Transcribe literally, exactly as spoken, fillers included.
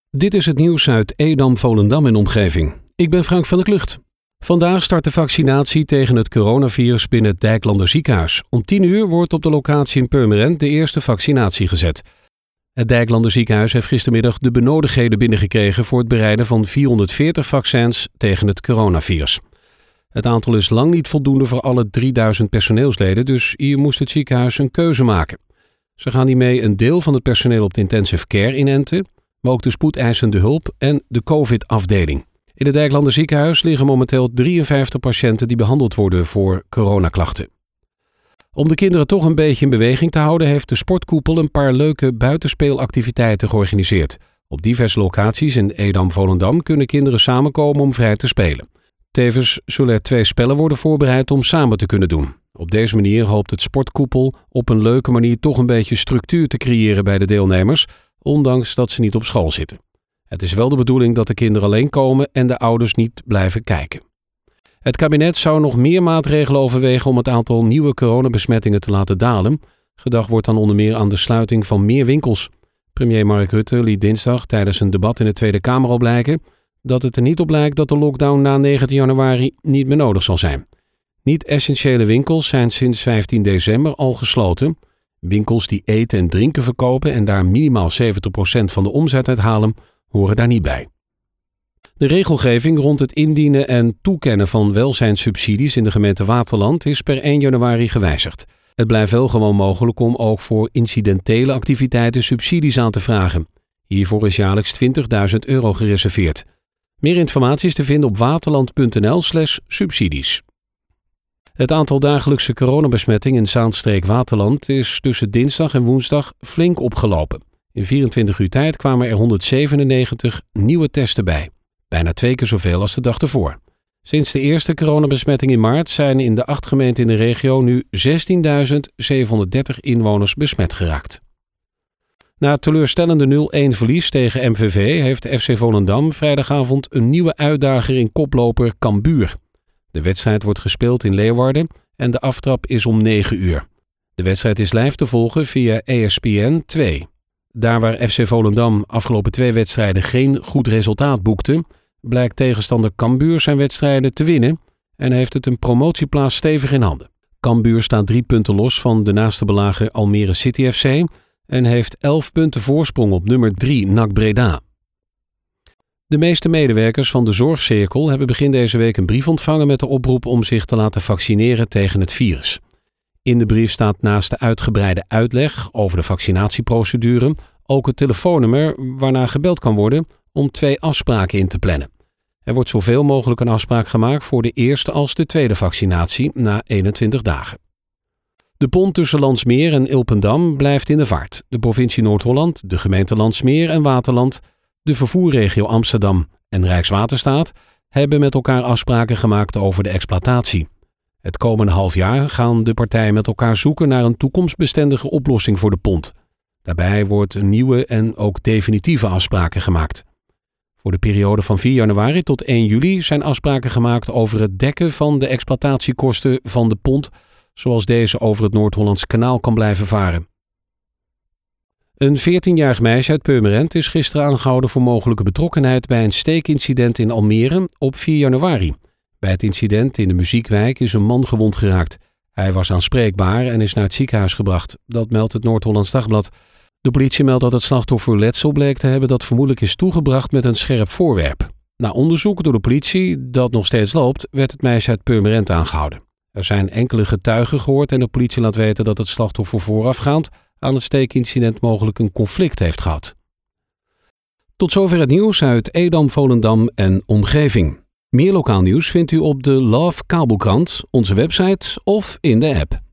Dit is het nieuws uit Edam, Volendam en omgeving. Ik ben Frank van der Klucht. Vandaag start de vaccinatie tegen het coronavirus binnen het Dijklander ziekenhuis. Om tien uur wordt op de locatie in Purmerend de eerste vaccinatie gezet. Het Dijklander ziekenhuis heeft gistermiddag de benodigdheden binnengekregen voor het bereiden van vierhonderdveertig vaccins tegen het coronavirus. Het aantal is lang niet voldoende voor alle drieduizend personeelsleden, dus hier moest het ziekenhuis een keuze maken. Ze gaan hiermee een deel van het personeel op de intensive care inenten, maar ook de spoedeisende hulp en de COVID-afdeling. In het Dijklander ziekenhuis liggen momenteel drieënvijftig patiënten die behandeld worden voor coronaklachten. Om de kinderen toch een beetje in beweging te houden heeft de sportkoepel een paar leuke buitenspeelactiviteiten georganiseerd. Op diverse locaties in Edam, Volendam kunnen kinderen samenkomen om vrij te spelen. Tevens zullen er twee spellen worden voorbereid om samen te kunnen doen. Op deze manier hoopt het sportkoepel op een leuke manier toch een beetje structuur te creëren bij de deelnemers, ondanks dat ze niet op school zitten. Het is wel de bedoeling dat de kinderen alleen komen en de ouders niet blijven kijken. Het kabinet zou nog meer maatregelen overwegen om het aantal nieuwe coronabesmettingen te laten dalen. Gedacht wordt dan onder meer aan de sluiting van meer winkels. Premier Mark Rutte liet dinsdag tijdens een debat in de Tweede Kamer al blijken dat het er niet op lijkt dat de lockdown na negentien januari niet meer nodig zal zijn. Niet-essentiële winkels zijn sinds vijftien december al gesloten. Winkels die eten en drinken verkopen en daar minimaal zeventig procent van de omzet uit halen, horen daar niet bij. De regelgeving rond het indienen en toekennen van welzijnssubsidies in de gemeente Waterland is per één januari gewijzigd. Het blijft wel gewoon mogelijk om ook voor incidentele activiteiten subsidies aan te vragen. Hiervoor is jaarlijks twintigduizend euro gereserveerd. Meer informatie is te vinden op waterland.nl slash subsidies. Het aantal dagelijkse coronabesmettingen in Zaanstreek-Waterland is tussen dinsdag en woensdag flink opgelopen. In vierentwintig uur tijd kwamen er honderdzevenennegentig nieuwe testen bij. Bijna twee keer zoveel als de dag ervoor. Sinds de eerste coronabesmetting in maart zijn in de acht gemeenten in de regio nu zestienduizend zevenhonderddertig inwoners besmet geraakt. Na het teleurstellende nul-een verlies tegen M V V heeft F C Volendam vrijdagavond een nieuwe uitdager in koploper Cambuur. De wedstrijd wordt gespeeld in Leeuwarden en de aftrap is om negen uur. De wedstrijd is live te volgen via E S P N twee. Daar waar F C Volendam afgelopen twee wedstrijden geen goed resultaat boekte, blijkt tegenstander Cambuur zijn wedstrijden te winnen en heeft het een promotieplaats stevig in handen. Cambuur staat drie punten los van de naaste belager Almere City F C en heeft elf punten voorsprong op nummer drie N A C Breda. De meeste medewerkers van de Zorgcirkel hebben begin deze week een brief ontvangen met de oproep om zich te laten vaccineren tegen het virus. In de brief staat naast de uitgebreide uitleg over de vaccinatieprocedure ook het telefoonnummer waarna gebeld kan worden om twee afspraken in te plannen. Er wordt zoveel mogelijk een afspraak gemaakt voor de eerste als de tweede vaccinatie na eenentwintig dagen. De pont tussen Landsmeer en Ilpendam blijft in de vaart. De provincie Noord-Holland, de gemeente Landsmeer en Waterland, de vervoerregio Amsterdam en Rijkswaterstaat hebben met elkaar afspraken gemaakt over de exploitatie. Het komende half jaar gaan de partijen met elkaar zoeken naar een toekomstbestendige oplossing voor de pont. Daarbij wordt een nieuwe en ook definitieve afspraken gemaakt. Voor de periode van vier januari tot één juli zijn afspraken gemaakt over het dekken van de exploitatiekosten van de pont, zoals deze over het Noord-Hollands kanaal kan blijven varen. Een veertienjarig meisje uit Purmerend is gisteren aangehouden voor mogelijke betrokkenheid bij een steekincident in Almere op vier januari. Bij het incident in de Muziekwijk is een man gewond geraakt. Hij was aanspreekbaar en is naar het ziekenhuis gebracht. Dat meldt het Noord-Hollands Dagblad. De politie meldt dat het slachtoffer letsel bleek te hebben dat vermoedelijk is toegebracht met een scherp voorwerp. Na onderzoek door de politie, dat nog steeds loopt, werd het meisje uit Purmerend aangehouden. Er zijn enkele getuigen gehoord en de politie laat weten dat het slachtoffer voorafgaand aan het steekincident mogelijk een conflict heeft gehad. Tot zover het nieuws uit Edam, Volendam en omgeving. Meer lokaal nieuws vindt u op de Love Kabelkrant, onze website of in de app.